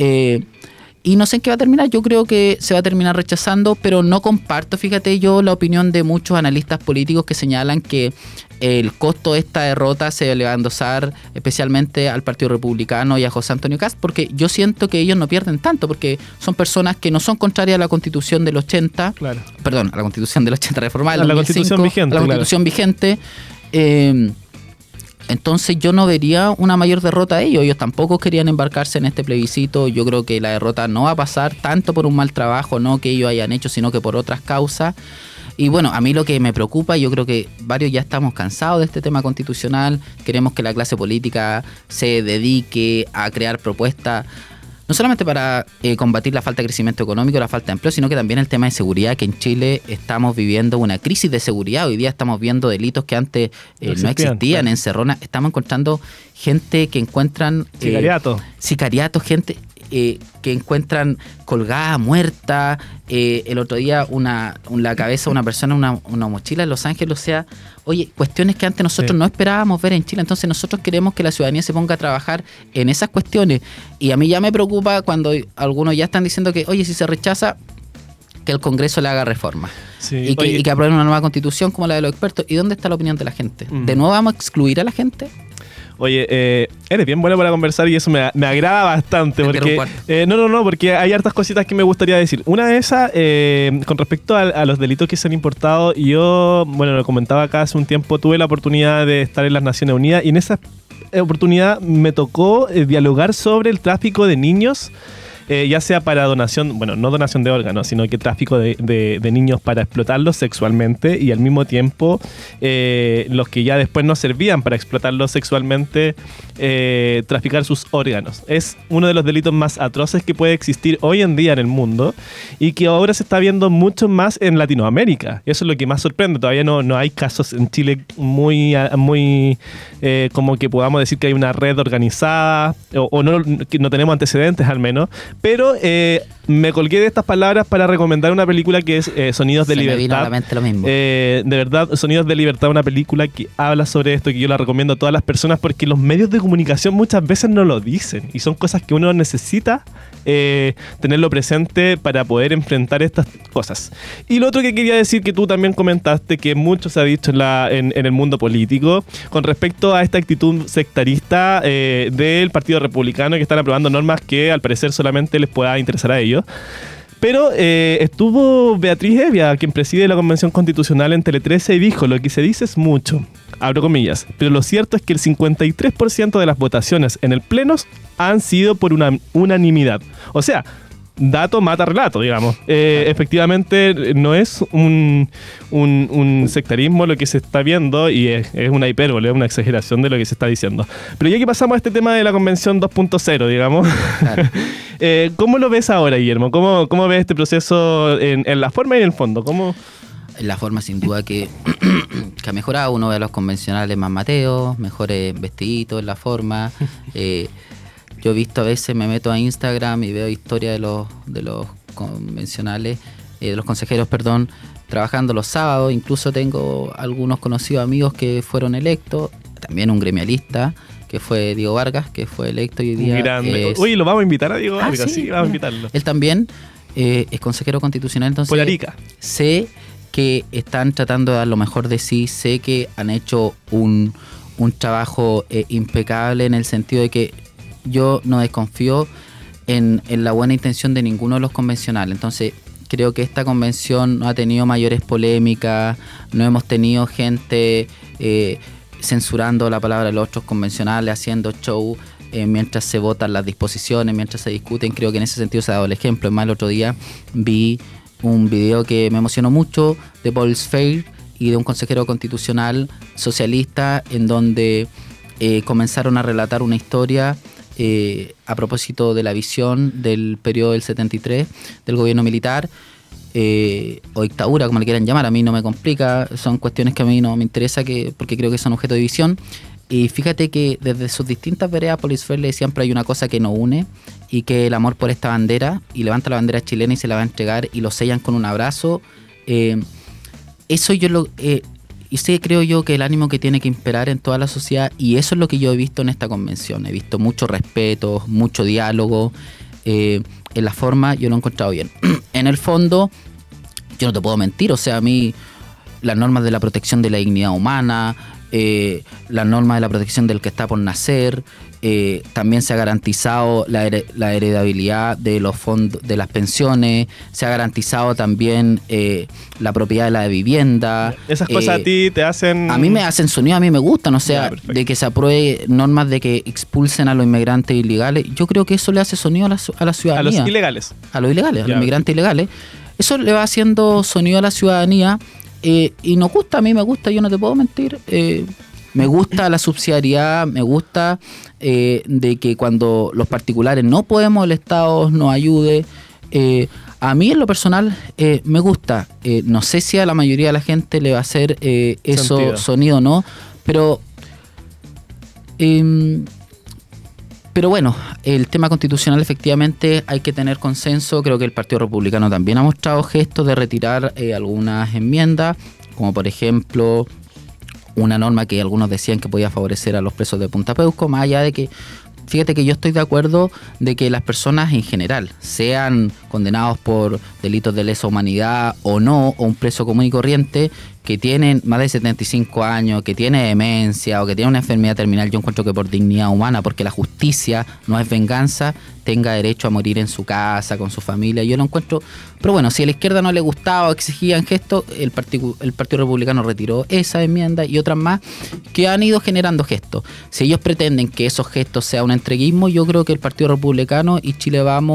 y no sé en qué va a terminar. Yo creo que se va a terminar rechazando, pero no comparto, fíjate, yo la opinión de muchos analistas políticos que señalan que el costo de esta derrota se le va a endosar especialmente al Partido Republicano y a José Antonio Kast, porque yo siento que ellos no pierden tanto, porque son personas que no son contrarias a la Constitución del 80, claro. Perdón, a la Constitución del 80 reformada, a la Constitución vigente, a la Constitución vigente. Entonces yo no vería una mayor derrota a ellos. Ellos tampoco querían embarcarse en este plebiscito. Yo creo que la derrota no va a pasar tanto por un mal trabajo, no que ellos hayan hecho, sino que por otras causas. Y bueno, a mí lo que me preocupa, yo creo que varios ya estamos cansados de este tema constitucional. Queremos que la clase política se dedique a crear propuestas, no solamente para combatir la falta de crecimiento económico, la falta de empleo, sino que también el tema de seguridad, que en Chile estamos viviendo una crisis de seguridad. Hoy día estamos viendo delitos que antes no existían, claro. Encerronas, estamos encontrando gente que encuentran... Sicariatos, gente... que encuentran colgada, muerta. El otro día la cabeza de una persona en una mochila en Los Ángeles. O sea, oye, cuestiones que antes nosotros no esperábamos ver en Chile. Entonces nosotros queremos que la ciudadanía se ponga a trabajar en esas cuestiones. Y a mí ya me preocupa cuando algunos ya están diciendo que, oye, si se rechaza, que el Congreso le haga reforma. Sí. Y que aprueben una nueva constitución como la de los expertos. ¿Y dónde está la opinión de la gente? ¿De nuevo vamos a excluir a la gente? Oye, eres bien bueno para conversar y eso me agrada bastante, porque porque hay hartas cositas que me gustaría decir. Una de esas, con respecto a los delitos que se han importado, yo, bueno, lo comentaba acá hace un tiempo, tuve la oportunidad de estar en las Naciones Unidas y en esa oportunidad me tocó dialogar sobre el tráfico de niños ya sea para donación, bueno, no donación de órganos, sino que tráfico de niños para explotarlos sexualmente, y al mismo tiempo los que ya después no servían para explotarlos sexualmente, traficar sus órganos. Es uno de los delitos más atroces que puede existir hoy en día en el mundo y que ahora se está viendo mucho más en Latinoamérica. Eso es lo que más sorprende. Todavía no hay casos en Chile muy como que podamos decir que hay una red organizada o no, que no tenemos antecedentes al menos, pero me colgué de estas palabras para recomendar una película que es Sonidos de Libertad. Me vino a la mente lo mismo. De verdad, Sonidos de Libertad, una película que habla sobre esto, que yo la recomiendo a todas las personas porque los medios de comunicación muchas veces no lo dicen y son cosas que uno necesita tenerlo presente para poder enfrentar estas cosas. Y lo otro que quería decir, que tú también comentaste, que mucho se ha dicho en el mundo político con respecto a esta actitud sectarista del Partido Republicano, que están aprobando normas que al parecer solamente les pueda interesar a ellos. Pero estuvo Beatriz Hevia, quien preside la Convención Constitucional, en Tele 13 y dijo: lo que se dice es mucho, abro comillas, pero lo cierto es que el 53% de las votaciones en el Pleno han sido por unanimidad. O sea, dato mata relato, digamos. Efectivamente, no es un sectarismo lo que se está viendo, y es una hipérbole, una exageración de lo que se está diciendo. Pero ya que pasamos a este tema de la Convención 2.0, digamos, claro. ¿Cómo lo ves ahora, Guillermo? ¿Cómo ves este proceso en la forma y en el fondo? En la forma, sin duda, que ha mejorado. Uno ve a los convencionales más mateos, mejores vestiditos en la forma. Yo he visto, a veces me meto a Instagram y veo historias de los convencionales, de los consejeros, perdón, trabajando los sábados. Incluso tengo algunos conocidos amigos que fueron electos, también un gremialista que fue Diego Vargas, que fue electo hoy día. Grande. Uy, lo vamos a invitar a Diego Vargas, sí, vamos a invitarlo. Él también es consejero constitucional, entonces por Arica. Sé que están tratando de dar lo mejor de sí, sé que han hecho un trabajo impecable, en el sentido de que yo no desconfío en la buena intención de ninguno de los convencionales. Entonces creo que esta convención no ha tenido mayores polémicas, no hemos tenido gente censurando la palabra de los otros convencionales, haciendo show mientras se votan las disposiciones, mientras se discuten. Creo que en ese sentido se ha dado el ejemplo. Es más, el otro día vi un video que me emocionó mucho de Paul Sfeir y de un consejero constitucional socialista, en donde comenzaron a relatar una historia a propósito de la visión del periodo del 73 del gobierno militar, o dictadura, como le quieran llamar. A mí no me complica, son cuestiones que a mí no me interesa, porque creo que son objeto de visión. Y fíjate que desde sus distintas veredas, Paul Sfeir siempre hay una cosa que nos une, y que el amor por esta bandera, y levanta la bandera chilena y se la va a entregar y lo sellan con un abrazo. Eso yo y sí, creo yo que el ánimo que tiene que imperar en toda la sociedad, y eso es lo que yo he visto en esta convención. He visto mucho respeto, mucho diálogo. En la forma yo lo he encontrado bien. En el fondo, yo no te puedo mentir, o sea, a mí las normas de la protección de la dignidad humana, las normas de la protección del que está por nacer, también se ha garantizado la heredabilidad de los fondos, de las pensiones, se ha garantizado también la propiedad de la vivienda. Esas cosas a ti te hacen... A mí me hacen sonido, a mí me gustan, o sea, de que se apruebe normas de que expulsen a los inmigrantes ilegales. Yo creo que eso le hace sonido a la ciudadanía. A los ilegales. A los ilegales, a los inmigrantes ilegales. Eso le va haciendo sonido a la ciudadanía. Y nos gusta, a mí me gusta, yo no te puedo mentir. Me gusta la subsidiariedad, me gusta de que cuando los particulares no podemos, el Estado nos ayude. A mí en lo personal me gusta. No sé si a la mayoría de la gente le va a hacer eso sonido o no, pero bueno, el tema constitucional, efectivamente hay que tener consenso. Creo que el Partido Republicano también ha mostrado gestos de retirar algunas enmiendas, como por ejemplo una norma que algunos decían que podía favorecer a los presos de Punta Peuco, más allá de que, fíjate que yo estoy de acuerdo de que las personas en general, sean condenados por delitos de lesa humanidad o no, o un preso común y corriente que tienen más de 75 años, que tiene demencia o que tiene una enfermedad terminal, yo encuentro que por dignidad humana, porque la justicia no es venganza, tenga derecho a morir en su casa, con su familia. Yo lo encuentro, pero bueno, si a la izquierda no le gustaba o exigían gestos, el Partido Republicano retiró esa enmienda y otras más que han ido generando gestos. Si ellos pretenden que esos gestos sean un entreguismo, yo creo que el Partido Republicano y Chile Vamos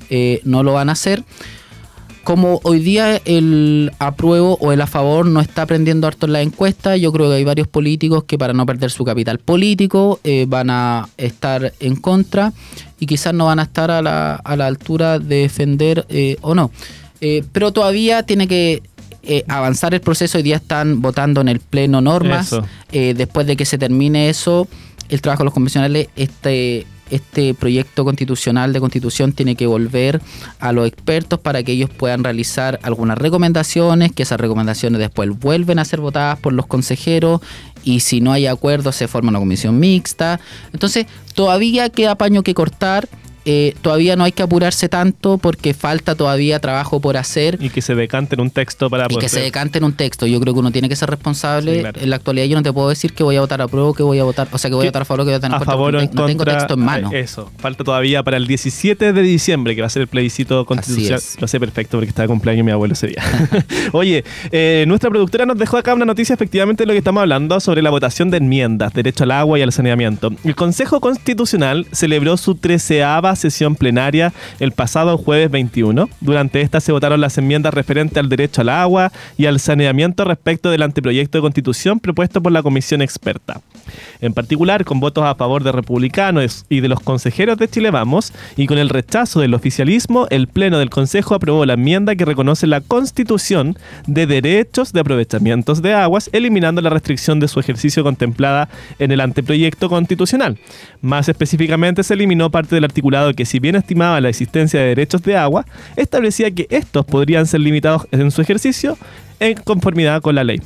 no lo van a hacer. Como hoy día el apruebo o el a favor no está prendiendo harto en la encuesta, yo creo que hay varios políticos que para no perder su capital político van a estar en contra y quizás no van a estar a la altura de defender o no. Pero todavía tiene que avanzar el proceso. Hoy día están votando en el pleno normas. Después de que se termine eso, el trabajo de los convencionales, este proyecto constitucional de constitución tiene que volver a los expertos para que ellos puedan realizar algunas recomendaciones, que esas recomendaciones después vuelven a ser votadas por los consejeros y si no hay acuerdo se forma una comisión mixta. Entonces todavía queda paño que cortar. Todavía no hay que apurarse tanto porque falta todavía trabajo por hacer. Y que se decante en un texto para poder... Y que se decante en un texto. Yo creo que uno tiene que ser responsable. Sí, claro. En la actualidad yo no te puedo decir que voy a votar a prueba, que voy a votar... O sea, que voy a votar a favor o que voy a votar en contra. No tengo texto en mano. Eso. Falta todavía para el 17 de diciembre, que va a ser el plebiscito constitucional. Lo sé perfecto porque estaba de cumpleaños mi abuelo ese día. Oye, nuestra productora nos dejó acá una noticia efectivamente de lo que estamos hablando sobre la votación de enmiendas, derecho al agua y al saneamiento. El Consejo Constitucional celebró su 13ª sesión plenaria el pasado jueves 21. Durante esta se votaron las enmiendas referentes al derecho al agua y al saneamiento respecto del anteproyecto de constitución propuesto por la comisión experta. En particular, con votos a favor de republicanos y de los consejeros de Chile Vamos, y con el rechazo del oficialismo, el Pleno del Consejo aprobó la enmienda que reconoce la constitución de derechos de aprovechamientos de aguas, eliminando la restricción de su ejercicio contemplada en el anteproyecto constitucional. Más específicamente, se eliminó parte del articulado que, si bien estimaba la existencia de derechos de agua, establecía que estos podrían ser limitados en su ejercicio en conformidad con la ley.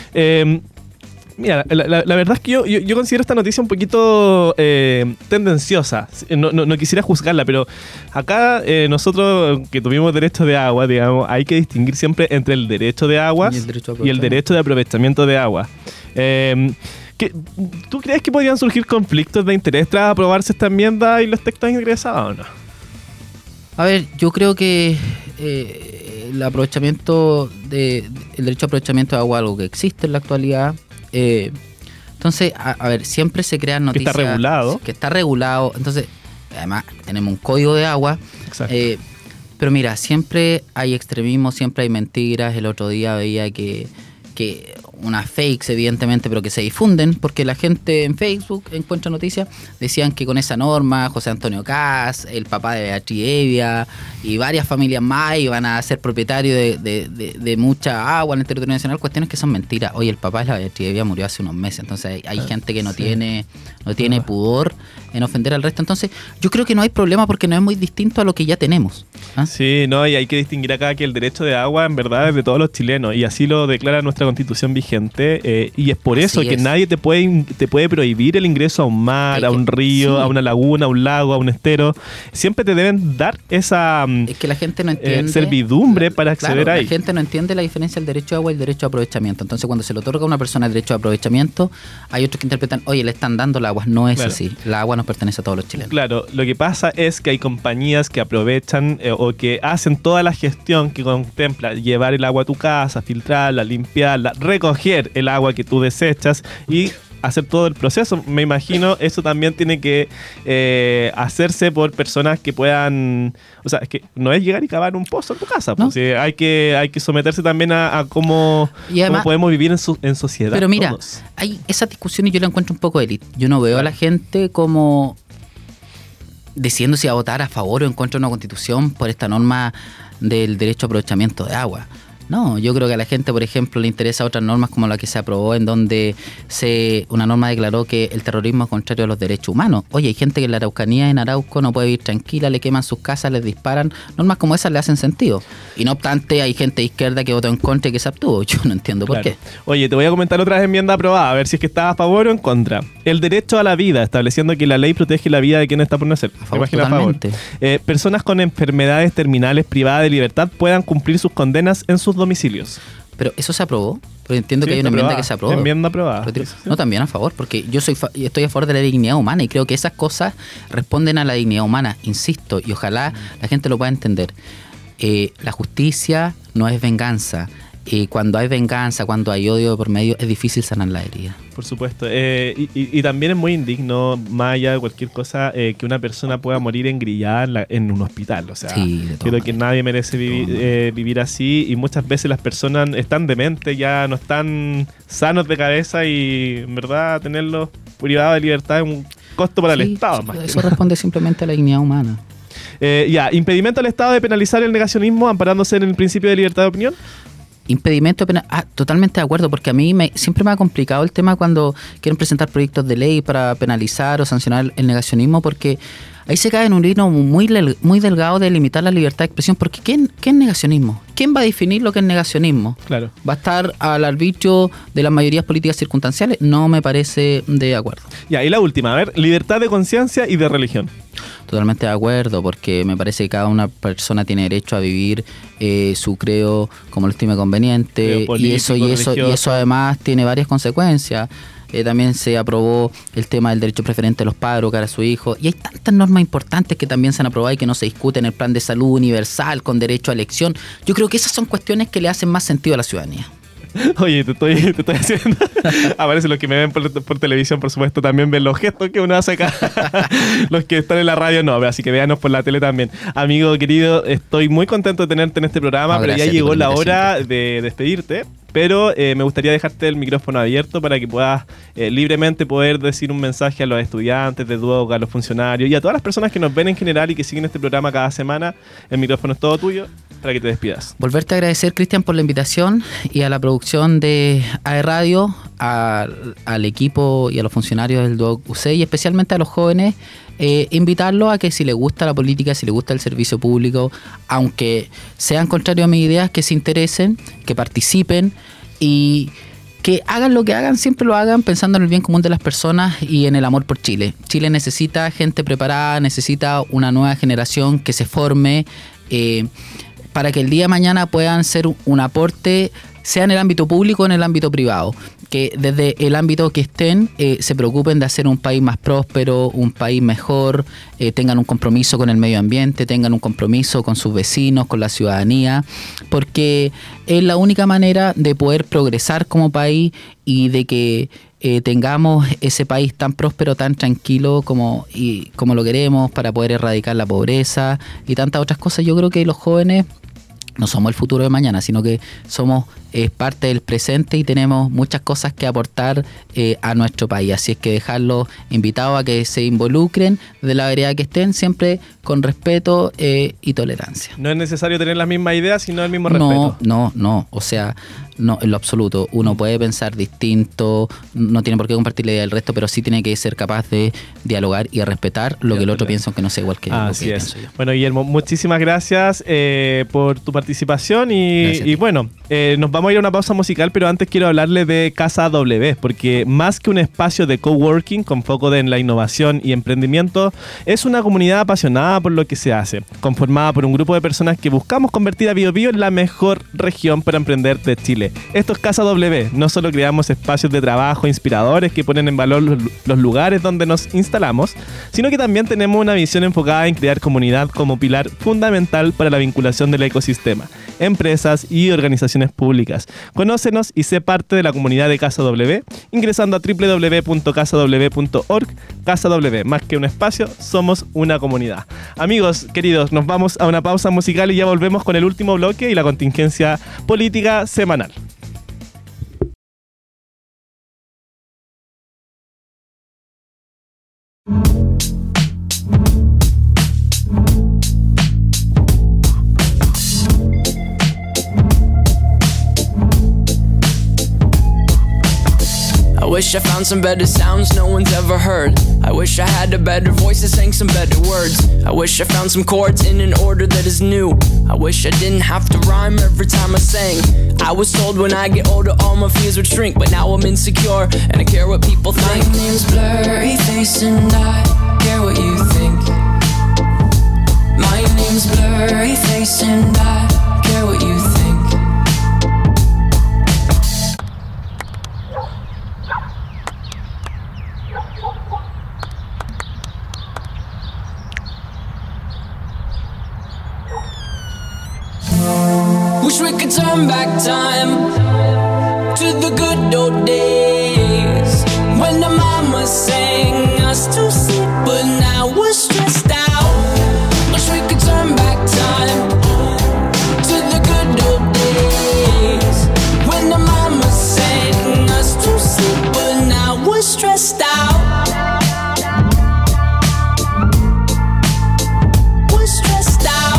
Mira, la verdad es que yo considero esta noticia un poquito tendenciosa. No quisiera juzgarla, pero acá nosotros que tuvimos derecho de agua, digamos, hay que distinguir siempre entre el derecho de aguas y el derecho de aprovechamiento de agua. ¿Tú crees que podrían surgir conflictos de interés tras aprobarse esta enmienda y los textos ingresados o no? A ver, yo creo que el aprovechamiento el derecho a aprovechamiento de agua es algo que existe en la actualidad. Entonces, a ver, siempre se crean noticias... Que está regulado. Que está regulado. Entonces, además, tenemos un código de agua. Exacto. Pero mira, siempre hay extremismo, siempre hay mentiras. El otro día veía que unas fakes, evidentemente, pero que se difunden, porque la gente en Facebook encuentra noticias, decían que con esa norma José Antonio Kast, el papá de Beatriz Hevia y varias familias más iban a ser propietarios de mucha agua en el territorio nacional, cuestiones que son mentiras. Oye, el papá de la Beatriz Hevia murió hace unos meses, entonces hay gente que no tiene pudor en ofender al resto. Entonces yo creo que no hay problema porque no es muy distinto a lo que ya tenemos. Sí, no, y hay que distinguir acá que el derecho de agua en verdad es de todos los chilenos y así lo declara nuestra constitución vigente, y es por eso que nadie te puede prohibir el ingreso a un mar, a un río, a una laguna, a un lago, a un estero. Siempre te deben dar esa es que la gente no entiende, servidumbre para acceder ahí. La gente no entiende la diferencia del derecho a agua y el derecho a aprovechamiento. Entonces cuando se le otorga a una persona el derecho a aprovechamiento, hay otros que interpretan, oye, le están dando el agua. No es así, la agua nos pertenece a todos los chilenos. Claro, lo que pasa es que hay compañías que aprovechan o que hacen toda la gestión que contempla llevar el agua a tu casa, filtrarla, limpiarla, recoger el agua que tú desechas y hacer todo el proceso. Me imagino eso también tiene que hacerse por personas que puedan, o sea, es que no es llegar y cavar un pozo en tu casa, ¿no? Pues, hay que someterse también a cómo podemos vivir en sociedad. Pero mira, todos. hay esa discusión y yo la encuentro un poco élite. Yo no veo a la gente como diciendo si va a votar a favor o en contra de una constitución por esta norma del derecho a aprovechamiento de agua. No, yo creo que a la gente, por ejemplo, le interesa otras normas como la que se aprobó en donde una norma declaró que el terrorismo es contrario a los derechos humanos. Oye, hay gente que en la Araucanía, en Arauco, no puede vivir tranquila, le queman sus casas, les disparan. Normas como esas le hacen sentido. Y no obstante, hay gente de izquierda que votó en contra y que se abstuvo. Yo no entiendo por qué. Oye, te voy a comentar otras enmiendas aprobadas, a ver si es que estás a favor o en contra. El derecho a la vida, estableciendo que la ley protege la vida de quien está por nacer. A favor, totalmente. Personas con enfermedades terminales privadas de libertad puedan cumplir sus condenas en sus domicilios. Pero eso se aprobó. Pero entiendo que hay una enmienda que se aprobó. Enmienda aprobada. No, también a favor, porque yo estoy a favor de la dignidad humana y creo que esas cosas responden a la dignidad humana, insisto, y ojalá la gente lo pueda entender. La justicia no es venganza. cuando hay venganza, cuando hay odio por medio, es difícil sanar la herida. Por supuesto. Y también es muy indigno, más allá de cualquier cosa, que una persona pueda morir engrillada en un hospital. O sea, Sí, creo que nadie merece vivir así, y muchas veces las personas están dementes, ya no están sanos de cabeza, y en verdad tenerlos privados de libertad es un costo para el Estado. Sí, más que eso nada. responde simplemente a la dignidad humana. Impedimento al Estado de penalizar el negacionismo amparándose en el principio de libertad de opinión. Impedimento de totalmente de acuerdo, porque a mí siempre me ha complicado el tema cuando quieren presentar proyectos de ley para penalizar o sancionar el negacionismo, porque ahí se cae en un hilo muy delgado de limitar la libertad de expresión, porque ¿qué es negacionismo? ¿Quién va a definir lo que es negacionismo? Claro. ¿Va a estar al arbitrio de las mayorías políticas circunstanciales? No me parece de acuerdo. Y la última, a ver, libertad de conciencia y de religión. Totalmente de acuerdo, porque me parece que cada una persona tiene derecho a vivir su creo como lo estime conveniente, y eso además tiene varias consecuencias. También se aprobó el tema del derecho preferente de los padres cara a su hijo, y hay tantas normas importantes que también se han aprobado y que no se discuten: el plan de salud universal con derecho a elección. Yo creo que esas son cuestiones que le hacen más sentido a la ciudadanía. Oye, te estoy haciendo. Aparece los que me ven por televisión, por supuesto, también ven los gestos que uno hace acá. Los que están en la radio no, así que véanos por la tele también. Amigo querido, estoy muy contento de tenerte en este programa, pero ya llegó la hora de despedirte. Pero me gustaría dejarte el micrófono abierto para que puedas libremente poder decir un mensaje a los estudiantes de Duoc, a los funcionarios y a todas las personas que nos ven en general y que siguen este programa cada semana. El micrófono es todo tuyo para que te despidas. Volverte a agradecer, Cristian, por la invitación, y a la producción de AE Radio, al equipo y a los funcionarios del Duoc UC, y especialmente a los jóvenes. Invitarlos a que, si les gusta la política, si les gusta el servicio público, aunque sean contrarios a mis ideas, que se interesen, que participen y que hagan lo que hagan, siempre lo hagan pensando en el bien común de las personas y en el amor por Chile. Chile necesita gente preparada, necesita una nueva generación que se forme para que el día de mañana puedan ser un aporte, sea en el ámbito público o en el ámbito privado. Que desde el ámbito que estén se preocupen de hacer un país más próspero, un país mejor, tengan un compromiso con el medio ambiente, tengan un compromiso con sus vecinos, con la ciudadanía, porque es la única manera de poder progresar como país y de que tengamos ese país tan próspero, tan tranquilo como lo queremos, para poder erradicar la pobreza y tantas otras cosas. Yo creo que los jóvenes no somos el futuro de mañana, sino que somos parte del presente y tenemos muchas cosas que aportar a nuestro país. Así es que dejarlos invitados a que se involucren de la vereda que estén, siempre con respeto y tolerancia. No es necesario tener las mismas ideas, sino el mismo respeto. No. O sea, no, en lo absoluto. Uno puede pensar distinto, no tiene por qué compartir la idea del resto, pero sí tiene que ser capaz de dialogar y respetar lo que el otro piensa, aunque no sea igual que Así lo que es. pienso yo. Bueno, Guillermo, muchísimas gracias por tu participación y bueno, nos vamos a ir a una pausa musical, pero antes quiero hablarle de Casa W, porque más que un espacio de coworking con foco en la innovación y emprendimiento, es una comunidad apasionada por lo que se hace, conformada por un grupo de personas que buscamos convertir a Biobío en la mejor región para emprender de Chile. Esto es Casa W. No solo creamos espacios de trabajo inspiradores que ponen en valor los lugares donde nos instalamos, sino que también tenemos una visión enfocada en crear comunidad como pilar fundamental para la vinculación del ecosistema, empresas y organizaciones públicas. Conócenos y sé parte de la comunidad de Casa W ingresando a www.casaw.org. Casa W, más que un espacio, somos una comunidad. Amigos queridos, nos vamos a una pausa musical y ya volvemos con el último bloque y la contingencia política semanal. I wish I found some better sounds no one's ever heard. I wish I had a better voice that sang some better words. I wish I found some chords in an order that is new. I wish I didn't have to rhyme every time I sang. I was told when I get older all my fears would shrink, but now I'm insecure and I care what people think. My name's Blurry Face and I care what you think. My name's Blurry Face and I care what you think. Wish we could turn back time to the good old days when the mama sang us to sleep, but now we're stressed out. Wish we could turn back time to the good old days when the mama sang us to sleep, but now we're stressed out. We're stressed out.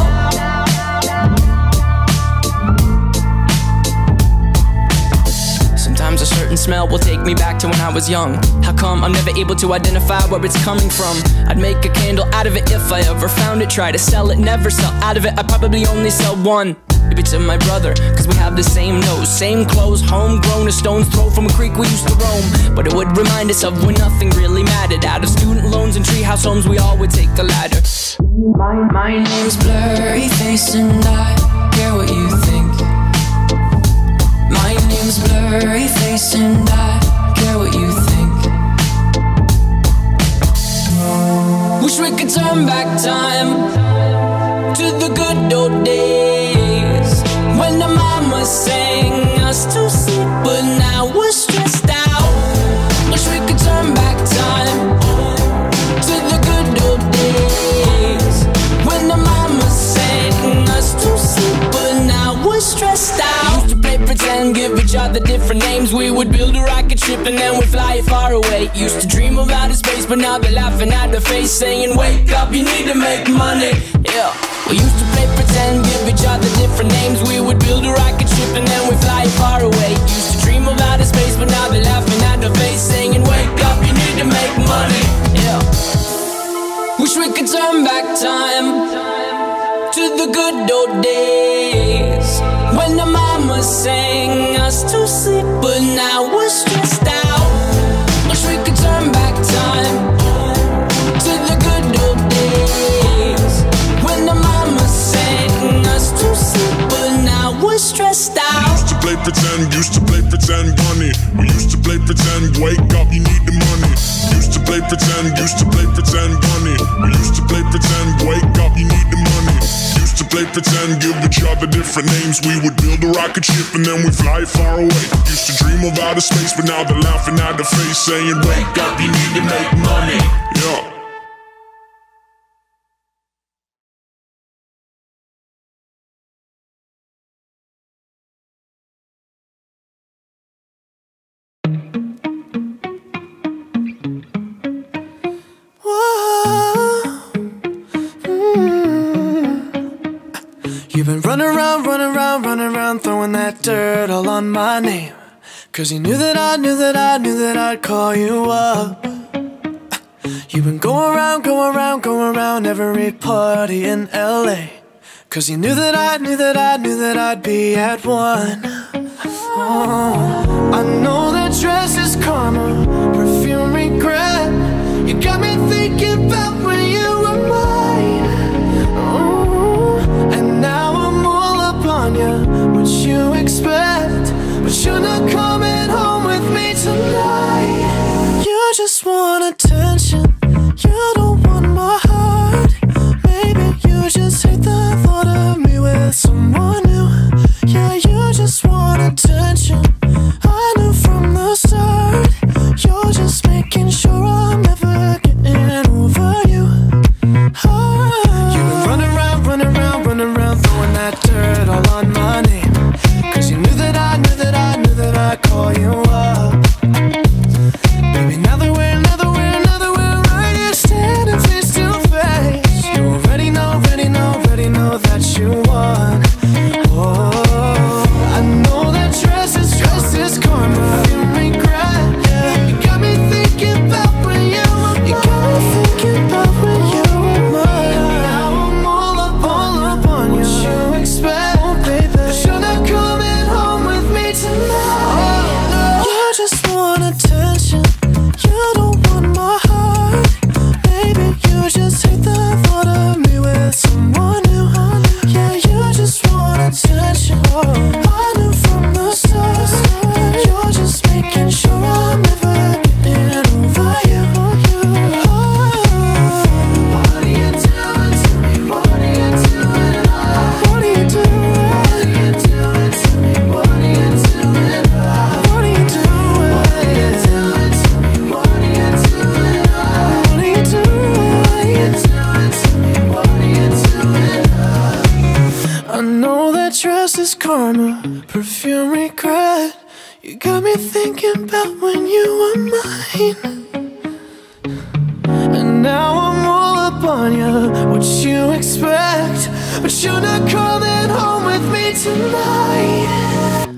Sometimes a certain smell will take me back to when I was young. How come I'm never able to identify where it's coming from? I'd make a candle out of it if I ever found it. Try to sell it, never sell out of it. I'd probably only sell one. Maybe to my brother, cause we have the same nose, same clothes, homegrown, a stone's throw from a creek we used to roam. But it would remind us of when nothing really mattered. Out of student loans and treehouse homes, we all would take the ladder. My name's Blurry Face and I care what you think. My name's Blurry Face and I care what you think. Wish we could turn back time to the good old days when the mama sang us to sleep, but now we're stressed out. Wish we could turn back time to the good old days when the mama sang us to sleep, but now we're stressed out. Used to play pretend, give each other different names. We would build a rocket ship and then we'd fly it far away. Used to dream of outer space, but now they're laughing at the face, saying wake up, you need to make money. Yeah. We used to play pretend, give each other different names. We would build a rocket ship and then we'd fly it far away. Used to dream of outer space, but now they're laughing at the face, saying wake up, you need to make money. Yeah. Wish we could turn back time to the good old days when the mama sang us to sleep, but now we're stressed out. Wish we could turn back time to the good old days when the mama sang us to sleep, but now we're stressed out. Used to play pretend bunny. We used to play pretend, wake up, you need the money. Used to play pretend bunny. We used to play pretend, wake up, you need the money. Used to play pretend, give each other different names. We would build a rocket ship and then we fly far away. Used to dream of outer space, but now they're laughing at the face, saying wake up, you need to make money. Yeah. You've been running around, throwing that dirt all on my name. Cause you knew that I'd call you up. You've been going around every party in LA. Cause you knew that I'd be at one. Oh, I know that dress is karma, perfume regret. You got me thinking about when you were mine. Oh, and now I'm all up on you, what you expect. But you're not coming home with me tonight. You just want attention, you don't want my heart. Maybe you just hate the thought of me with someone new. Yeah, you just want attention, I knew from the start. You're just making sure I'm never getting over you. stress is karma, perfume regret. You got me thinking about when you were mine. And now I'm all up on you, what you expect. But you're not coming home with me tonight.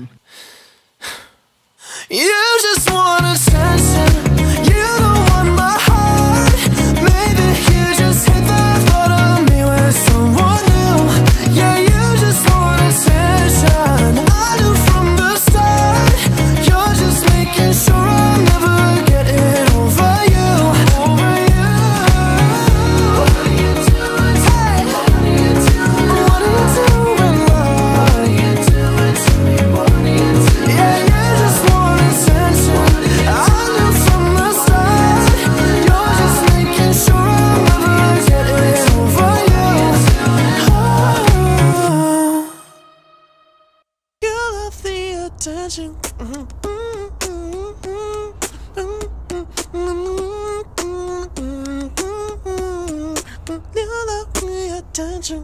You just want attention, you don't want my heart. Maybe you just hit the thought of me with someone new. Yeah, you just want attention, I knew from the start. You're just making sure I'm never getting over you. Over you. What are you doing? Hey. What are you doing? What are you doing, love? What are you doing to me? What are you doing? Yeah, you just want attention, I knew from the start. You're just making sure I'm never getting over you. Oh. You love the attention. You love the attention.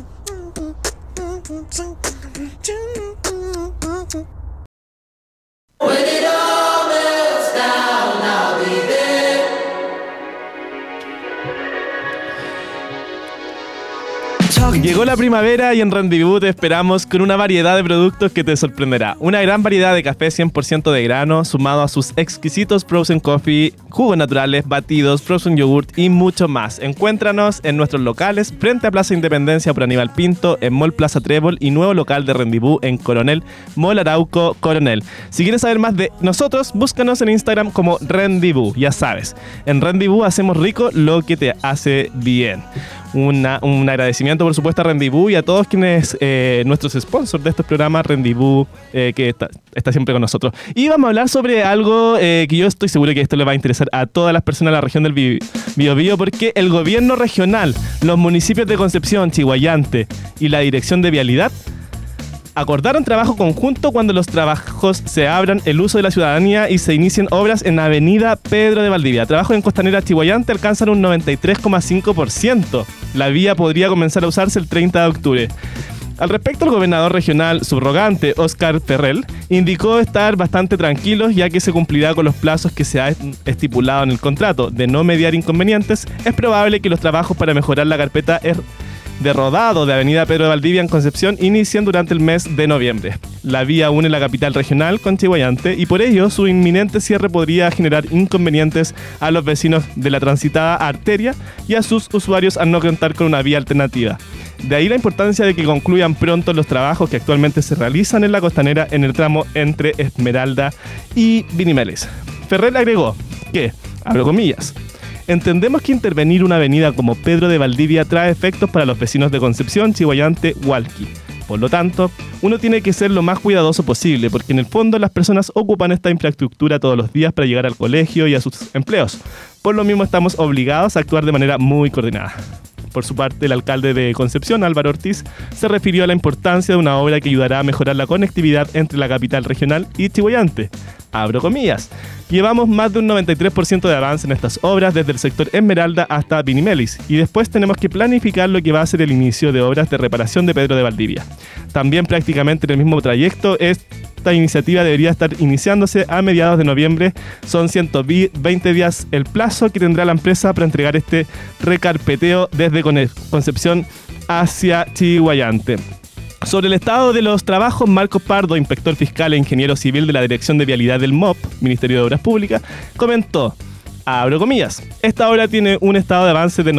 Llegó la primavera y en Rendezvous te esperamos con una variedad de productos que te sorprenderá. Una gran variedad de café 100% de grano, sumado a sus exquisitos frozen coffee, jugos naturales, batidos, frozen yogurt y mucho más. Encuéntranos en nuestros locales frente a Plaza Independencia por Aníbal Pinto, en Mall Plaza Trébol y nuevo local de Rendezvous en Coronel, Mall Arauco, Coronel. Si quieres saber más de nosotros, búscanos en Instagram como Rendezvous, ya sabes. En Rendezvous hacemos rico lo que te hace bien. Un agradecimiento, por supuesto, a Rendezvous y a todos quienes, nuestros sponsors de estos programas, Rendezvous, que está siempre con nosotros. Y vamos a hablar sobre algo que yo estoy seguro que esto le va a interesar a todas las personas de la región del Biobío, porque el gobierno regional, los municipios de Concepción, Chiguayante y la Dirección de Vialidad acordaron trabajo conjunto cuando los trabajos se abran el uso de la ciudadanía y se inicien obras en Avenida Pedro de Valdivia. Trabajos en Costanera Chiguayante alcanzan un 93,5%. La vía podría comenzar a usarse el 30 de octubre. Al respecto, el gobernador regional subrogante, Óscar Ferrell, indicó estar bastante tranquilos ya que se cumplirá con los plazos que se ha estipulado en el contrato. De no mediar inconvenientes, es probable que los trabajos para mejorar la carpeta de rodado de Avenida Pedro de Valdivia en Concepción inician durante el mes de noviembre. La vía une la capital regional con Chiguayante y por ello su inminente cierre podría generar inconvenientes a los vecinos de la transitada arteria y a sus usuarios al no contar con una vía alternativa. De ahí la importancia de que concluyan pronto los trabajos que actualmente se realizan en la costanera en el tramo entre Esmeralda y Vinimelis. Ferrer agregó que, abro comillas, entendemos que intervenir una avenida como Pedro de Valdivia trae efectos para los vecinos de Concepción, Chiguayante, Hualqui. Por lo tanto, uno tiene que ser lo más cuidadoso posible, porque en el fondo las personas ocupan esta infraestructura todos los días para llegar al colegio y a sus empleos. Por lo mismo estamos obligados a actuar de manera muy coordinada. Por su parte, el alcalde de Concepción, Álvaro Ortiz, se refirió a la importancia de una obra que ayudará a mejorar la conectividad entre la capital regional y Chiguayante. Abro comillas. Llevamos más de un 93% de avance en estas obras desde el sector Esmeralda hasta Vinimelis y después tenemos que planificar lo que va a ser el inicio de obras de reparación de Pedro de Valdivia. También prácticamente en el mismo trayecto, esta iniciativa debería estar iniciándose a mediados de noviembre. Son 120 días el plazo que tendrá la empresa para entregar este recarpeteo desde Concepción hacia Chiguayante. Sobre el estado de los trabajos, Marcos Pardo, inspector fiscal e ingeniero civil de la Dirección de Vialidad del MOP, Ministerio de Obras Públicas, comentó, abro comillas, esta obra tiene un estado de avance de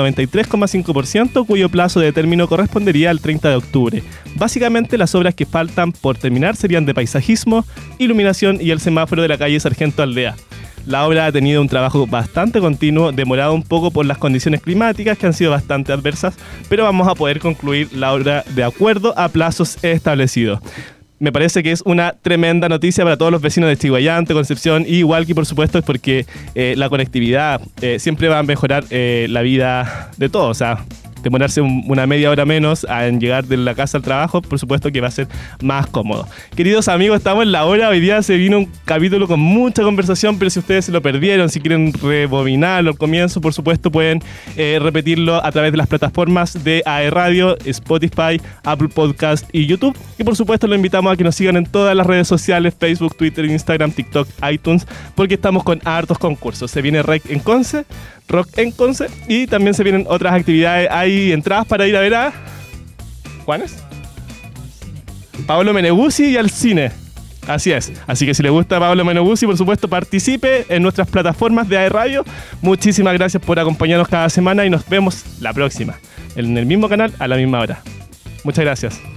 93,5%, cuyo plazo de término correspondería al 30 de octubre. Básicamente, las obras que faltan por terminar serían de paisajismo, iluminación y el semáforo de la calle Sargento Aldea. La obra ha tenido un trabajo bastante continuo, demorado un poco por las condiciones climáticas que han sido bastante adversas, pero vamos a poder concluir la obra de acuerdo a plazos establecidos. Me parece que es una tremenda noticia para todos los vecinos de Chiguayante, Concepción y Hualqui, por supuesto, es porque la conectividad siempre va a mejorar la vida de todos. O sea, demorarse una media hora menos en llegar de la casa al trabajo, por supuesto que va a ser más cómodo. Queridos amigos, estamos en la hora. Hoy día se vino un capítulo con mucha conversación, pero si ustedes se lo perdieron, si quieren rebobinarlo al comienzo, por supuesto pueden repetirlo a través de las plataformas de AE Radio, Spotify, Apple Podcast y YouTube. Y por supuesto los invitamos a que nos sigan en todas las redes sociales, Facebook, Twitter, Instagram, TikTok, iTunes, porque estamos con hartos concursos. Se viene Rock en Conce y también se vienen otras actividades. Hay entradas para ir a ver a ¿Juanes? Pablo Meneguzzi y al cine. Así es. Así que si le gusta Pablo Meneguzzi, por supuesto, participe en nuestras plataformas de AE Radio. Muchísimas gracias por acompañarnos cada semana y nos vemos la próxima en el mismo canal a la misma hora. Muchas gracias.